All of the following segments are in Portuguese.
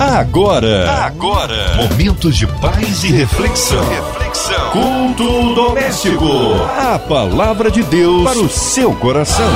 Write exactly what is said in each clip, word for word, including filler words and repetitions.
Agora, agora, momentos de paz e reflexão. Reflexão. Culto doméstico. A palavra de Deus para o seu coração.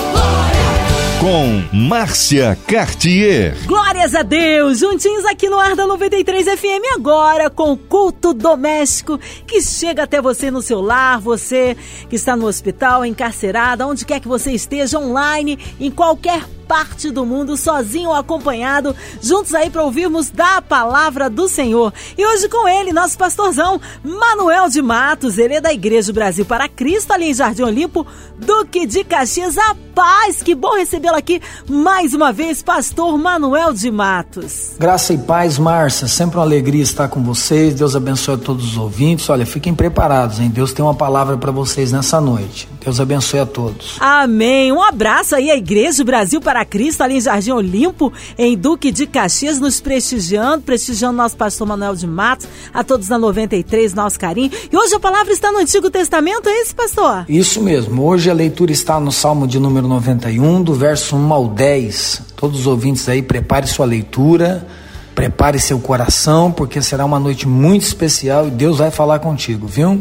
Com Márcia Cartier. Glórias a Deus, juntinhos aqui no ar da noventa e três F M agora com o culto doméstico que chega até você no seu lar, você que está no hospital, encarcerado, onde quer que você esteja, online, em qualquer parte do mundo, sozinho ou acompanhado, juntos aí para ouvirmos da palavra do Senhor. E hoje com ele, nosso pastorzão, Manuel de Matos, ele é da Igreja Brasil para Cristo, ali em Jardim Olimpo, Duque de Caxias. A paz, que bom recebê-lo aqui mais uma vez, pastor Manuel de Matos. Graça e paz, Márcia, sempre uma alegria estar com vocês. Deus abençoe a todos os ouvintes. Olha, fiquem preparados, hein? Deus tem uma palavra para vocês nessa noite. Deus abençoe a todos. Amém. Um abraço aí à Igreja Brasil para Cristo, ali em Jardim Olimpo, em Duque de Caxias, nos prestigiando, prestigiando nosso pastor Manuel de Matos, a todos na noventa e três, nosso carinho. E hoje a palavra está no Antigo Testamento, é isso, pastor? Isso mesmo. Hoje a leitura está no Salmo de número noventa e um, do verso um ao dez. Todos os ouvintes aí, prepare sua leitura, prepare seu coração, porque será uma noite muito especial e Deus vai falar contigo, viu?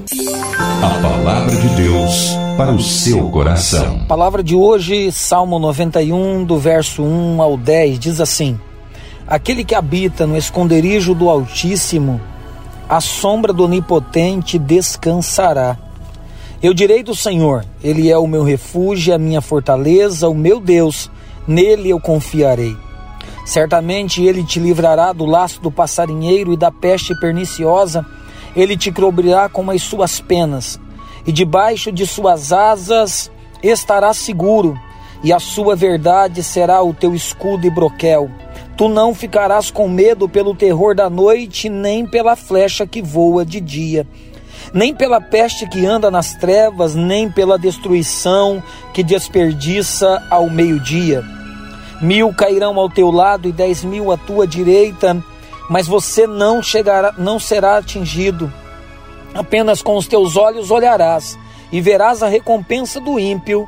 A palavra de Deus para o seu coração. A palavra de hoje, Salmo noventa e um, do verso um ao dez, diz assim: aquele que habita no esconderijo do Altíssimo, à sombra do Onipotente descansará. Eu direi do Senhor, Ele é o meu refúgio, a minha fortaleza, o meu Deus, nele eu confiarei. Certamente Ele te livrará do laço do passarinheiro e da peste perniciosa. Ele te cobrirá com as suas penas, e debaixo de suas asas estarás seguro, e a sua verdade será o teu escudo e broquel. Tu não ficarás com medo pelo terror da noite, nem pela flecha que voa de dia, nem pela peste que anda nas trevas, nem pela destruição que desperdiça ao meio-dia. Mil cairão ao teu lado e dez mil à tua direita, mas você não chegará, não será atingido. Apenas com os teus olhos olharás e verás a recompensa do ímpio,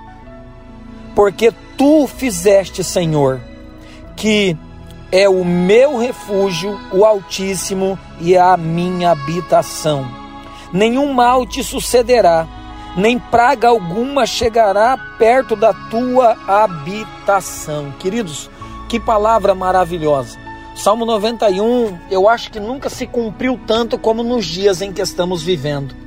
porque tu fizeste, Senhor, que é o meu refúgio, o Altíssimo, e a minha habitação. Nenhum mal te sucederá, nem praga alguma chegará perto da tua habitação. Queridos, que palavra maravilhosa. Salmo noventa e um, eu acho que nunca se cumpriu tanto como nos dias em que estamos vivendo.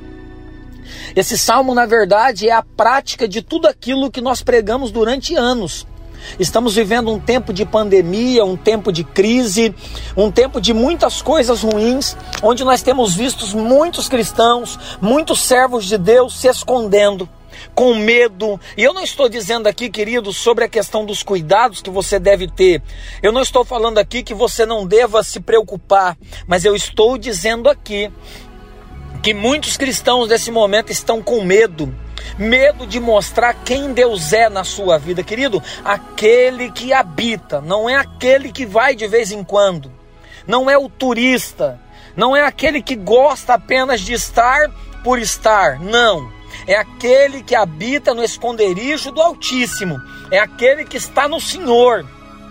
Esse salmo, na verdade, é a prática de tudo aquilo que nós pregamos durante anos. Estamos vivendo um tempo de pandemia, um tempo de crise, um tempo de muitas coisas ruins, onde nós temos visto muitos cristãos, muitos servos de Deus se escondendo, com medo. E eu não estou dizendo aqui, querido, sobre a questão dos cuidados que você deve ter. Eu não estou falando aqui que você não deva se preocupar, mas eu estou dizendo aqui que muitos cristãos nesse momento estão com medo. Medo de mostrar quem Deus é na sua vida. Querido, aquele que habita, não é aquele que vai de vez em quando. Não é o turista. Não é aquele que gosta apenas de estar por estar. Não. É aquele que habita no esconderijo do Altíssimo. É aquele que está no Senhor.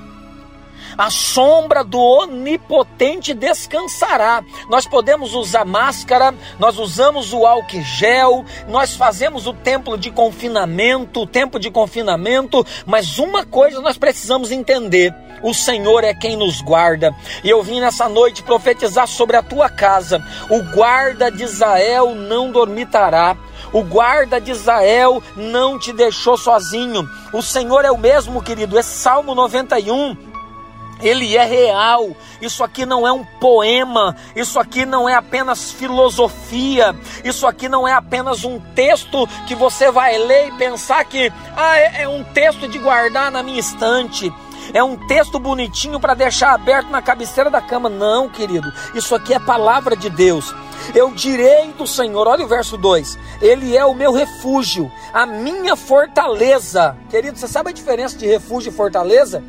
A sombra do Onipotente descansará. Nós podemos usar máscara, nós usamos o álcool gel, nós fazemos o templo de confinamento, o tempo de confinamento, mas uma coisa nós precisamos entender: o Senhor é quem nos guarda. E eu vim nessa noite profetizar sobre a tua casa. O guarda de Israel não dormitará. O guarda de Israel não te deixou sozinho. O Senhor é o mesmo, querido. Esse Salmo noventa e um, ele é real. Isso aqui não é um poema, isso aqui não é apenas filosofia, isso aqui não é apenas um texto que você vai ler e pensar que ah, é, é um texto de guardar na minha estante, é um texto bonitinho para deixar aberto na cabeceira da cama. Não, querido, isso aqui é palavra de Deus. Eu direi do Senhor, olha o verso dois, Ele é o meu refúgio, a minha fortaleza. Querido, você sabe a diferença de refúgio e fortaleza?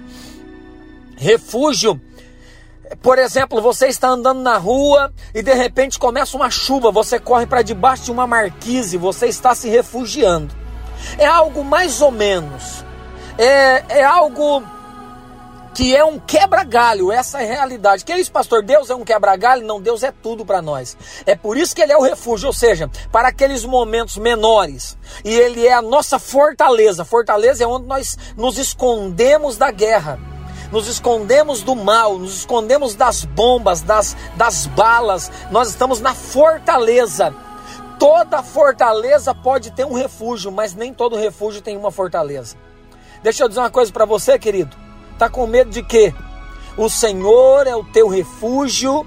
Refúgio, por exemplo, você está andando na rua e de repente começa uma chuva, você corre para debaixo de uma marquise, você está se refugiando. É algo mais ou menos, é, é algo que é um quebra-galho, essa é a realidade. Que é isso, pastor? Deus é um quebra-galho? Não, Deus é tudo para nós. É por isso que ele é o refúgio, ou seja, para aqueles momentos menores. E ele é a nossa fortaleza. Fortaleza é onde nós nos escondemos da guerra, nos escondemos do mal, nos escondemos das bombas, das, das balas. Nós estamos na fortaleza. Toda fortaleza pode ter um refúgio, mas nem todo refúgio tem uma fortaleza. Deixa eu dizer uma coisa para você, querido. Tá com medo de quê? O Senhor é o teu refúgio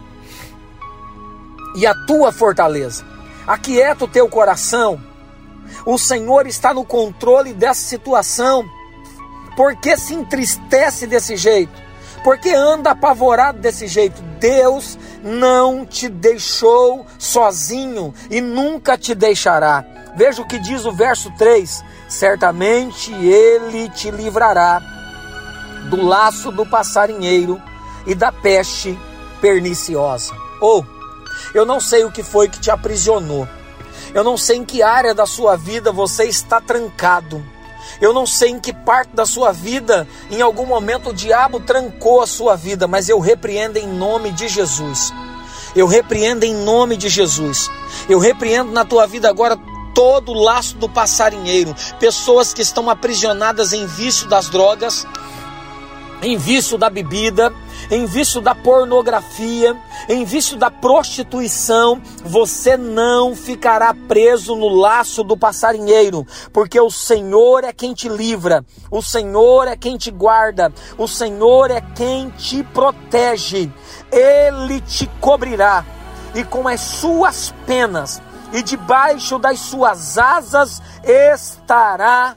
e a tua fortaleza. Aquieta o teu coração. O Senhor está no controle dessa situação. Por que se entristece desse jeito? Por que anda apavorado desse jeito? Deus não te deixou sozinho e nunca te deixará. Veja o que diz o verso três. Certamente Ele te livrará do laço do passarinheiro e da peste perniciosa. Ou, oh, eu não sei o que foi que te aprisionou. Eu não sei em que área da sua vida você está trancado. Eu não sei em que parte da sua vida, em algum momento o diabo trancou a sua vida, mas eu repreendo em nome de Jesus. Eu repreendo em nome de Jesus. Eu repreendo na tua vida agora todo o laço do passarinheiro. Pessoas que estão aprisionadas em vício das drogas, em vício da bebida, em vício da pornografia, em vício da prostituição. Você não ficará preso no laço do passarinheiro, porque o Senhor é quem te livra, o Senhor é quem te guarda, o Senhor é quem te protege. Ele te cobrirá, e com as suas penas e debaixo das suas asas estará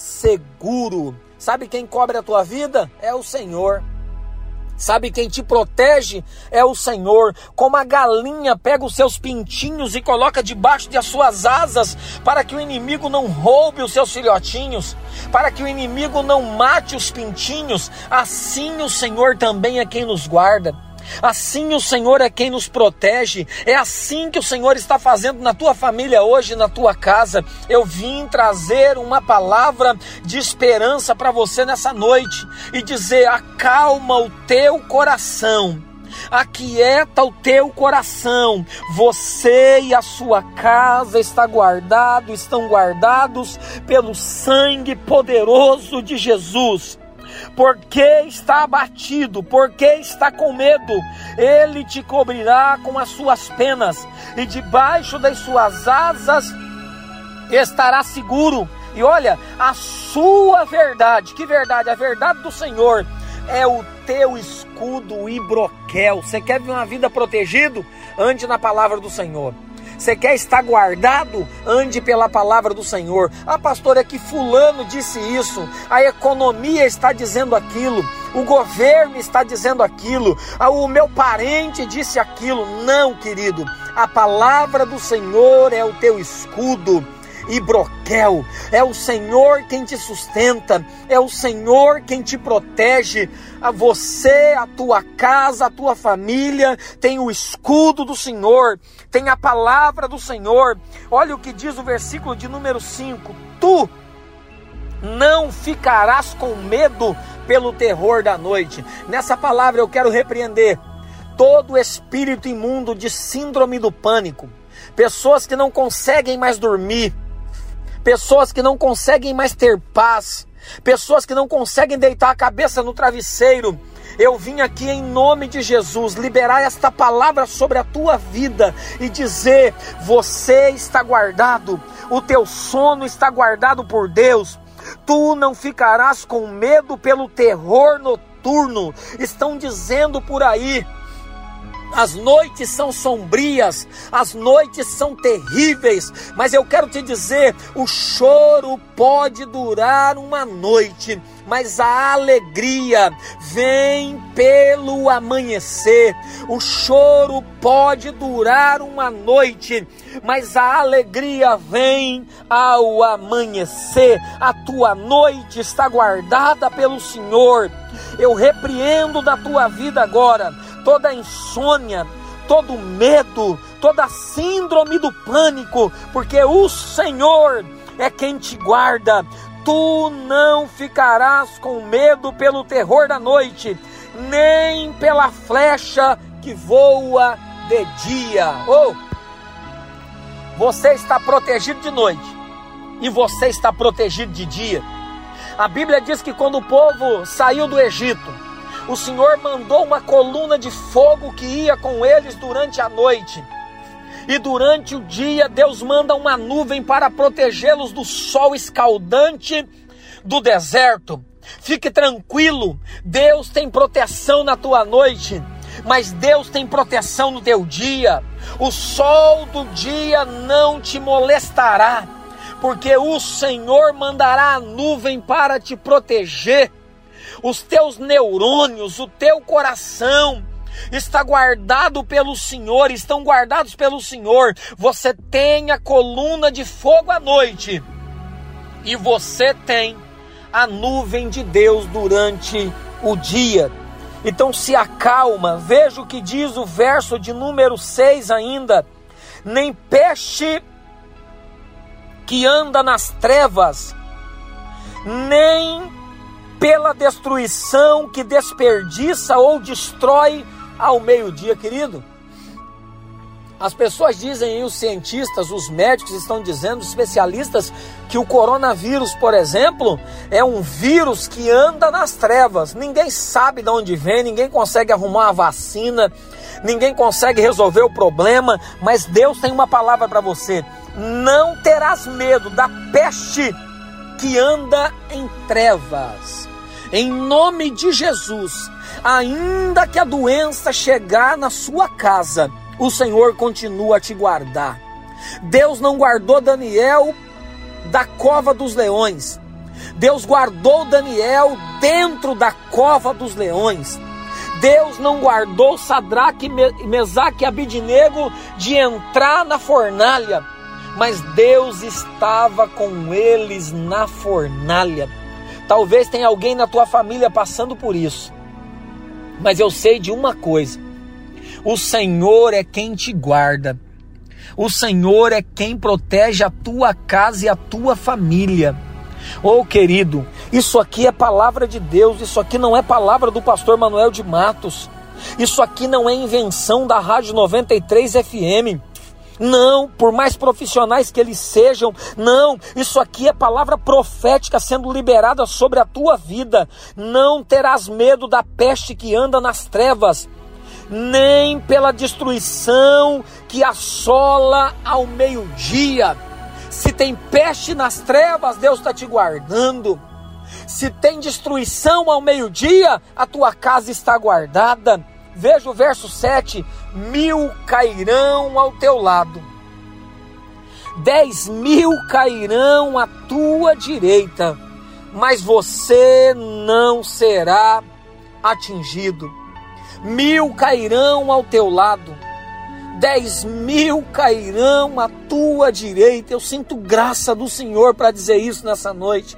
seguro. Sabe quem cobre a tua vida? É o Senhor. Sabe quem te protege? É o Senhor. Como a galinha pega os seus pintinhos e coloca debaixo das suas asas para que o inimigo não roube os seus filhotinhos, para que o inimigo não mate os pintinhos, assim o Senhor também é quem nos guarda. Assim o Senhor é quem nos protege. É assim que o Senhor está fazendo na tua família hoje, na tua casa. Eu vim trazer uma palavra de esperança para você nessa noite e dizer: acalma o teu coração, aquieta o teu coração. Você e a sua casa está guardado, estão guardados pelo sangue poderoso de Jesus. Porque está abatido, porque está com medo, Ele te cobrirá com as suas penas, e debaixo das suas asas estará seguro. E olha, a sua verdade, que verdade? A verdade do Senhor é o teu escudo e broquel. Você quer ver uma vida protegida? Ande na palavra do Senhor. Você quer estar guardado? Ande pela palavra do Senhor. Ah, pastor, é que fulano disse isso, a economia está dizendo aquilo, o governo está dizendo aquilo, ah, o meu parente disse aquilo. Não, querido, a palavra do Senhor é o teu escudo e broquel. É o Senhor quem te sustenta, é o Senhor quem te protege. A você, a tua casa, a tua família tem o escudo do Senhor, tem a palavra do Senhor. Olha o que diz o versículo de número cinco: tu não ficarás com medo pelo terror da noite. Nessa palavra eu quero repreender todo espírito imundo de síndrome do pânico, pessoas que não conseguem mais dormir, pessoas que não conseguem mais ter paz, pessoas que não conseguem deitar a cabeça no travesseiro. Eu vim aqui em nome de Jesus liberar esta palavra sobre a tua vida e dizer: você está guardado, o teu sono está guardado por Deus. Tu não ficarás com medo pelo terror noturno. Estão dizendo por aí: as noites são sombrias, as noites são terríveis, mas eu quero te dizer, o choro pode durar uma noite, mas a alegria vem pelo amanhecer. O choro pode durar uma noite, mas a alegria vem ao amanhecer. A tua noite está guardada pelo Senhor. Eu repreendo da tua vida agora toda insônia, todo medo, toda síndrome do pânico, porque o Senhor é quem te guarda. Tu não ficarás com medo pelo terror da noite, nem pela flecha que voa de dia. Oh, você está protegido de noite e você está protegido de dia. A Bíblia diz que quando o povo saiu do Egito, o Senhor mandou uma coluna de fogo que ia com eles durante a noite. E durante o dia, Deus manda uma nuvem para protegê-los do sol escaldante do deserto. Fique tranquilo, Deus tem proteção na tua noite, mas Deus tem proteção no teu dia. O sol do dia não te molestará, porque o Senhor mandará a nuvem para te proteger. Os teus neurônios, o teu coração está guardado pelo Senhor, estão guardados pelo Senhor. Você tem a coluna de fogo à noite e você tem a nuvem de Deus durante o dia. Então se acalma. Veja o que diz o verso de número seis ainda: nem peste que anda nas trevas, nem pela destruição que desperdiça ou destrói ao meio-dia. Querido, as pessoas dizem, os cientistas, os médicos estão dizendo, os especialistas, que o coronavírus, por exemplo, é um vírus que anda nas trevas. Ninguém sabe de onde vem, ninguém consegue arrumar a vacina, ninguém consegue resolver o problema, mas Deus tem uma palavra para você: não terás medo da peste que anda em trevas. Em nome de Jesus, ainda que a doença chegar na sua casa, o Senhor continua a te guardar. Deus não guardou Daniel da cova dos leões. Deus guardou Daniel dentro da cova dos leões. Deus não guardou Sadraque, Mesaque e Abidnego de entrar na fornalha, mas Deus estava com eles na fornalha. Talvez tenha alguém na tua família passando por isso, mas eu sei de uma coisa: o Senhor é quem te guarda, o Senhor é quem protege a tua casa e a tua família. Oh querido, isso aqui é palavra de Deus, isso aqui não é palavra do pastor Manuel de Matos, isso aqui não é invenção da Rádio noventa e três F M, não, por mais profissionais que eles sejam, não, isso aqui é palavra profética sendo liberada sobre a tua vida. Não terás medo da peste que anda nas trevas, nem pela destruição que assola ao meio-dia. Se tem peste nas trevas, Deus está te guardando. Se tem destruição ao meio-dia, a tua casa está guardada. Veja o verso sete: mil cairão ao teu lado, dez mil cairão à tua direita, mas você não será atingido. Mil cairão ao teu lado, dez mil cairão à tua direita. Eu sinto graça do Senhor para dizer isso nessa noite.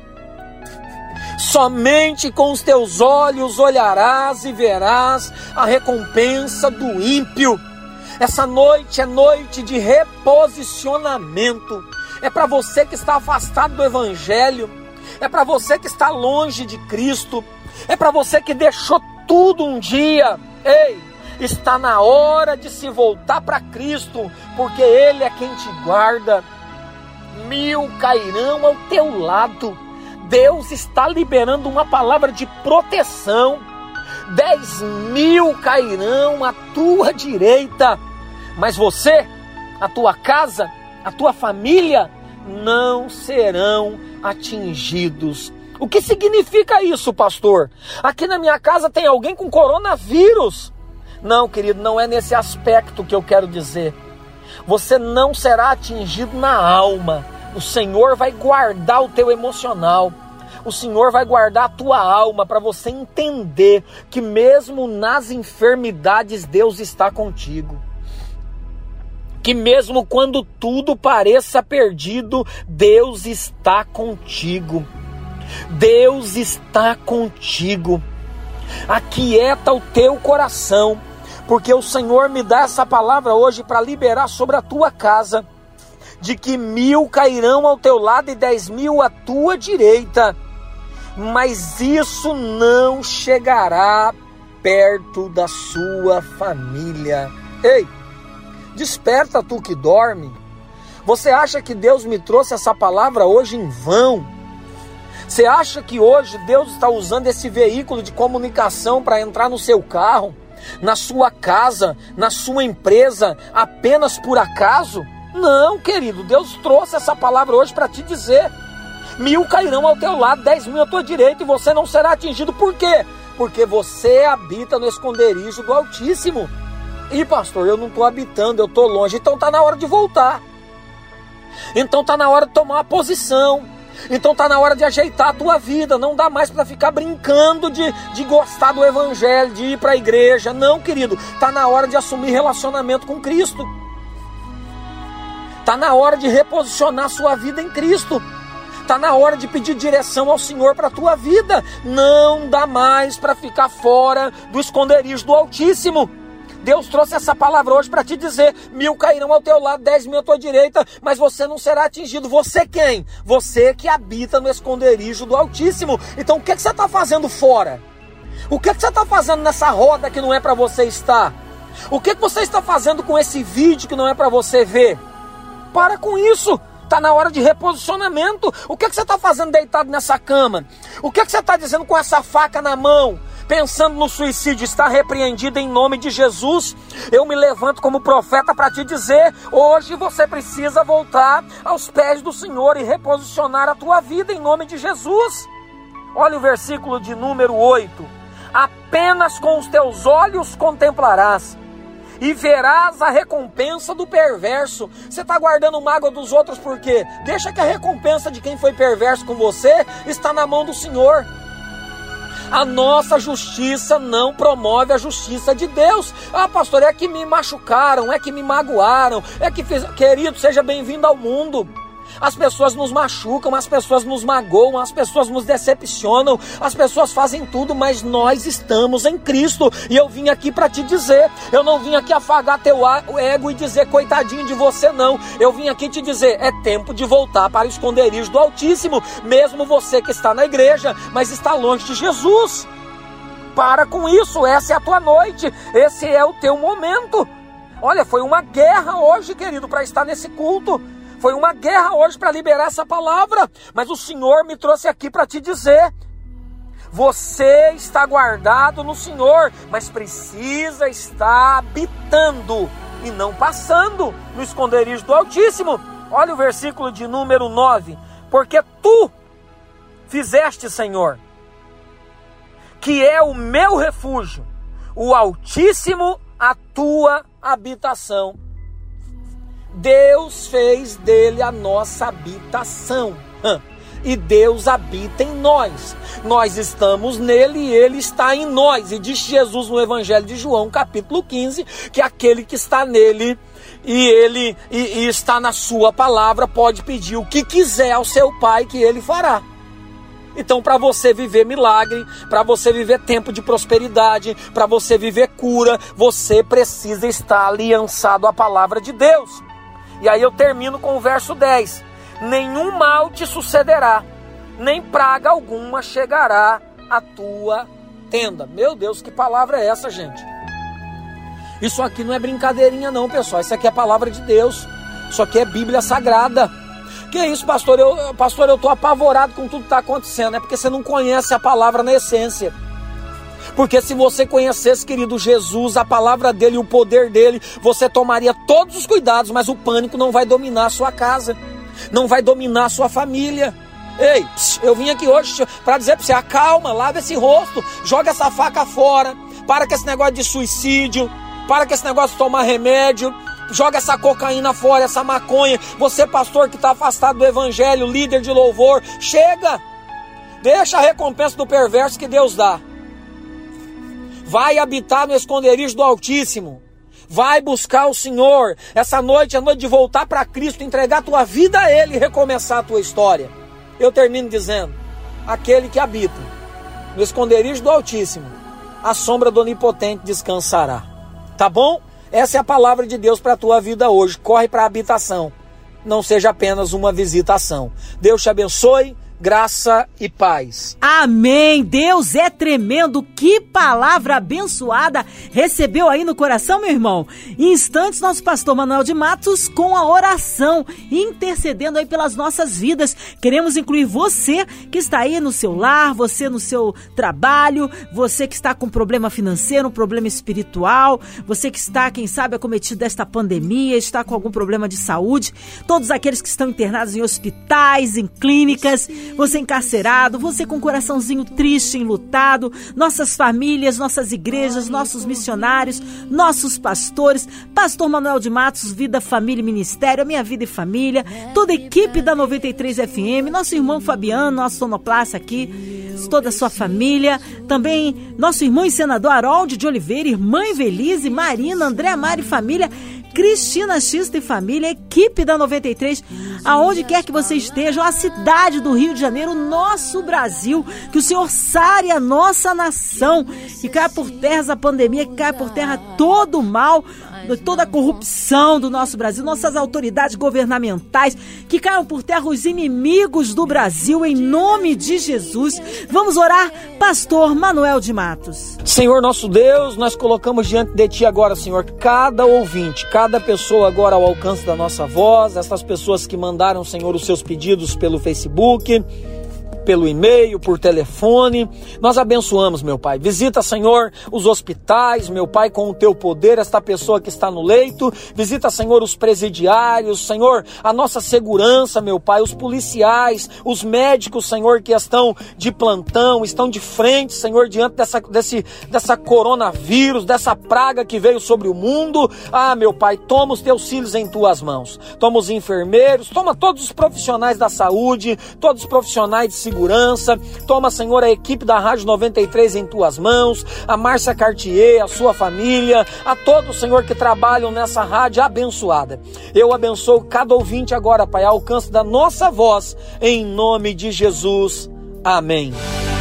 Somente com os teus olhos olharás e verás a recompensa do ímpio. Essa noite é noite de reposicionamento. É para você que está afastado do Evangelho. É para você que está longe de Cristo. É para você que deixou tudo um dia. Ei, está na hora de se voltar para Cristo, porque Ele é quem te guarda. Mil cairão ao teu lado. Deus está liberando uma palavra de proteção. Dez mil cairão à tua direita, mas você, a tua casa, a tua família não serão atingidos. O que significa isso, pastor? Aqui na minha casa tem alguém com coronavírus. Não, querido, não é nesse aspecto que eu quero dizer. Você não será atingido na alma. O Senhor vai guardar o teu emocional. O Senhor vai guardar a tua alma para você entender que mesmo nas enfermidades Deus está contigo. Que mesmo quando tudo pareça perdido, Deus está contigo. Deus está contigo. Aquieta o teu coração, porque o Senhor me dá essa palavra hoje para liberar sobre a tua casa. de que mil cairão ao teu lado e dez mil à tua direita, mas isso não chegará perto da sua família. Ei, desperta tu que dorme. Você acha que Deus me trouxe essa palavra hoje em vão? Você acha que hoje Deus está usando esse veículo de comunicação para entrar no seu carro, na sua casa, na sua empresa, apenas por acaso? Não, querido, Deus trouxe essa palavra hoje para te dizer: mil cairão ao teu lado, dez mil à tua direita, e você não será atingido. Por quê? Porque você habita no esconderijo do Altíssimo. E pastor, eu não estou habitando, eu estou longe. Então está na hora de voltar. Então está na hora de tomar uma posição. Então está na hora de ajeitar a tua vida. Não dá mais para ficar brincando de, de gostar do evangelho, de ir para a igreja. Não, querido, está na hora de assumir relacionamento com Cristo. Está na hora de reposicionar sua vida em Cristo. Está na hora de pedir direção ao Senhor para a tua vida. Não dá mais para ficar fora do esconderijo do Altíssimo. Deus trouxe essa palavra hoje para te dizer: mil cairão ao teu lado, dez mil à tua direita, mas você não será atingido. Você quem? Você que habita no esconderijo do Altíssimo. Então o que, que você está fazendo fora? O que, que você está fazendo nessa roda que não é para você estar? O que, que você está fazendo com esse vídeo que não é para você ver? Para com isso. Está na hora de reposicionamento. O que, que você está fazendo deitado nessa cama? O que, que você está dizendo com essa faca na mão? Pensando no suicídio? Está repreendido em nome de Jesus. Eu me levanto como profeta para te dizer: hoje você precisa voltar aos pés do Senhor e reposicionar a tua vida em nome de Jesus. Olha o versículo de número oito. Apenas com os teus olhos contemplarás e verás a recompensa do perverso. Você está guardando mágoa dos outros por quê? Deixa que a recompensa de quem foi perverso com você está na mão do Senhor. A nossa justiça não promove a justiça de Deus. Ah, pastor, é que me machucaram, é que me magoaram, é que fiz... Querido, seja bem-vindo ao mundo. As pessoas nos machucam, as pessoas nos magoam, as pessoas nos decepcionam, as pessoas fazem tudo, mas nós estamos em Cristo. E eu vim aqui para te dizer, eu não vim aqui afagar teu ego e dizer coitadinho de você, não. Eu vim aqui te dizer, é tempo de voltar para o esconderijo do Altíssimo, mesmo você que está na igreja, mas está longe de Jesus. Para com isso, essa é a tua noite, esse é o teu momento. Olha, foi uma guerra hoje, querido, para estar nesse culto. Foi uma guerra hoje para liberar essa palavra, mas o Senhor me trouxe aqui para te dizer: você está guardado no Senhor, mas precisa estar habitando e não passando no esconderijo do Altíssimo. Olha o versículo de número nove. Porque tu fizeste, Senhor, que é o meu refúgio, o Altíssimo a tua habitação. Deus fez dele a nossa habitação. E Deus habita em nós. Nós estamos nele e ele está em nós. E diz Jesus no Evangelho de João, capítulo quinze, que aquele que está nele e ele e, e está na sua palavra pode pedir o que quiser ao seu Pai que ele fará. Então, para você viver milagre, para você viver tempo de prosperidade, para você viver cura, você precisa estar aliançado à palavra de Deus. E aí eu termino com o verso dez. Nenhum mal te sucederá, nem praga alguma chegará à tua tenda. Meu Deus, que palavra é essa, gente? Isso aqui não é brincadeirinha não, pessoal. Isso aqui é a palavra de Deus. Isso aqui é Bíblia Sagrada. Que isso, pastor? Eu, pastor, eu estou apavorado com tudo que está acontecendo. É porque você não conhece a palavra na essência. Porque se você conhecesse, querido, Jesus, a palavra dele e o poder dele, você tomaria todos os cuidados, mas o pânico não vai dominar a sua casa, não vai dominar a sua família. Ei, eu vim aqui hoje para dizer para você: acalma, lava esse rosto, joga essa faca fora, para com esse negócio de suicídio, para com esse negócio de tomar remédio, joga essa cocaína fora, essa maconha. Você, pastor, que está afastado do evangelho, líder de louvor, chega, deixa a recompensa do perverso que Deus dá. Vai habitar no esconderijo do Altíssimo. Vai buscar o Senhor. Essa noite é noite de voltar para Cristo, entregar a tua vida a Ele e recomeçar a tua história. Eu termino dizendo: aquele que habita no esconderijo do Altíssimo, a sombra do Onipotente descansará. Tá bom? Essa é a palavra de Deus para a tua vida hoje. Corre para a habitação. não seja apenas uma visitação. Deus te abençoe. Graça e paz. Amém. Deus é tremendo. Que palavra abençoada recebeu aí no coração, meu irmão. Em instantes, nosso pastor Manuel de Matos com a oração, intercedendo aí pelas nossas vidas. Queremos incluir você que está aí no seu lar, você no seu trabalho, você que está com problema financeiro, um problema espiritual, você que está, quem sabe, acometido desta pandemia, está com algum problema de saúde, todos aqueles que estão internados em hospitais, em clínicas, você encarcerado, você com um coraçãozinho triste, enlutado, nossas famílias, nossas igrejas, nossos missionários, nossos pastores, pastor Manuel de Matos, Vida, Família e Ministério, a Minha Vida e Família, toda a equipe da noventa e três F M, nosso irmão Fabiano, nosso sonoplasta aqui, toda a sua família, também nosso irmão e senador Harold de Oliveira, irmã Evelise, Marina, André Mari e família, Cristina Xista e família, equipe da noventa e três, aonde quer que você esteja, a cidade do Rio de Janeiro, nosso Brasil, que o Senhor sare a nossa nação, que caia por terra essa pandemia, que caia por terra todo o mal, toda a corrupção do nosso Brasil, nossas autoridades governamentais, que caiam por terra os inimigos do Brasil, em nome de Jesus. Vamos orar, pastor Manuel de Matos. Senhor nosso Deus, nós colocamos diante de Ti agora, Senhor, cada ouvinte, cada pessoa agora ao alcance da nossa voz, essas pessoas que mandaram, Senhor, os seus pedidos pelo Facebook, pelo e-mail, por telefone, nós abençoamos, meu Pai. Visita, Senhor, os hospitais, meu Pai, com o Teu poder, esta pessoa que está no leito. Visita, Senhor, os presidiários, Senhor, a nossa segurança, meu Pai, os policiais, os médicos, Senhor, que estão de plantão, estão de frente, Senhor, diante dessa, desse, dessa coronavírus, dessa praga que veio sobre o mundo. Ah, meu Pai, toma os Teus filhos em Tuas mãos. Toma os enfermeiros, toma todos os profissionais da saúde, todos os profissionais de segurança, segurança, toma, Senhor, a equipe da Rádio noventa e três em Tuas mãos, a Márcia Cartier, a sua família, a todos, Senhor, que trabalham nessa rádio abençoada. Eu abençoo cada ouvinte agora, Pai, ao alcance da nossa voz, em nome de Jesus. Amém.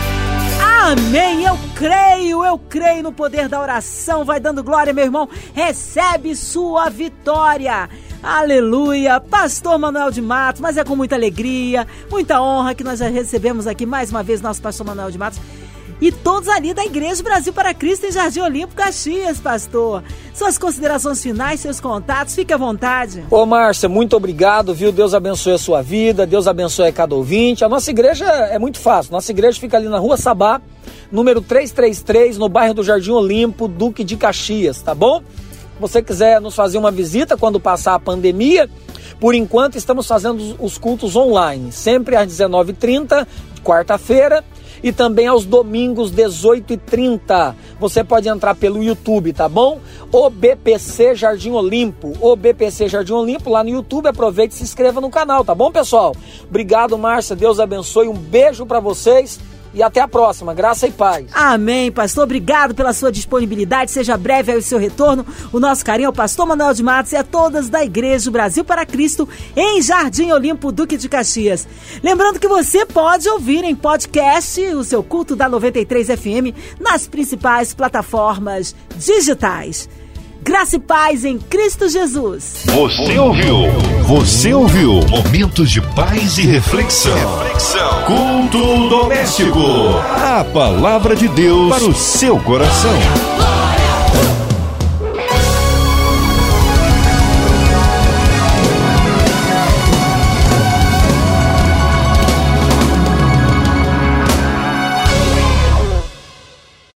Amém, eu creio, eu creio no poder da oração. Vai dando glória, meu irmão, recebe sua vitória. Aleluia, pastor Manuel de Matos, mas é com muita alegria, muita honra que nós já recebemos aqui mais uma vez nosso pastor Manuel de Matos e todos ali da Igreja Brasil para Cristo em Jardim Olímpico, Caxias, pastor. Suas considerações finais, seus contatos, fique à vontade. Ô Márcia, muito obrigado, viu? Deus abençoe a sua vida, Deus abençoe a cada ouvinte. A nossa igreja é muito fácil, nossa igreja fica ali na Rua Sabá, número trezentos e trinta e três, no bairro do Jardim Olímpico, Duque de Caxias, tá bom? Se você quiser nos fazer uma visita quando passar a pandemia, por enquanto estamos fazendo os cultos online, sempre às dezenove e trinta, quarta-feira, e também aos domingos, dezoito e trinta. Você pode entrar pelo YouTube, tá bom? O B P C Jardim Olímpico, O B P C Jardim Olímpico, lá no YouTube. Aproveite e se inscreva no canal, tá bom, pessoal? Obrigado, Márcia, Deus abençoe, um beijo para vocês. E até a próxima, graça e paz. Amém, pastor, obrigado pela sua disponibilidade, seja breve aí o seu retorno. O nosso carinho ao pastor Manuel de Matos e a todas da Igreja Brasil para Cristo em Jardim Olímpico, Duque de Caxias. Lembrando que você pode ouvir em podcast o seu culto da noventa e três F M nas principais plataformas digitais. Graça e paz em Cristo Jesus. Você ouviu? Você ouviu? Momentos de paz e reflexão. Reflexão. Culto doméstico. A palavra de Deus para o seu coração.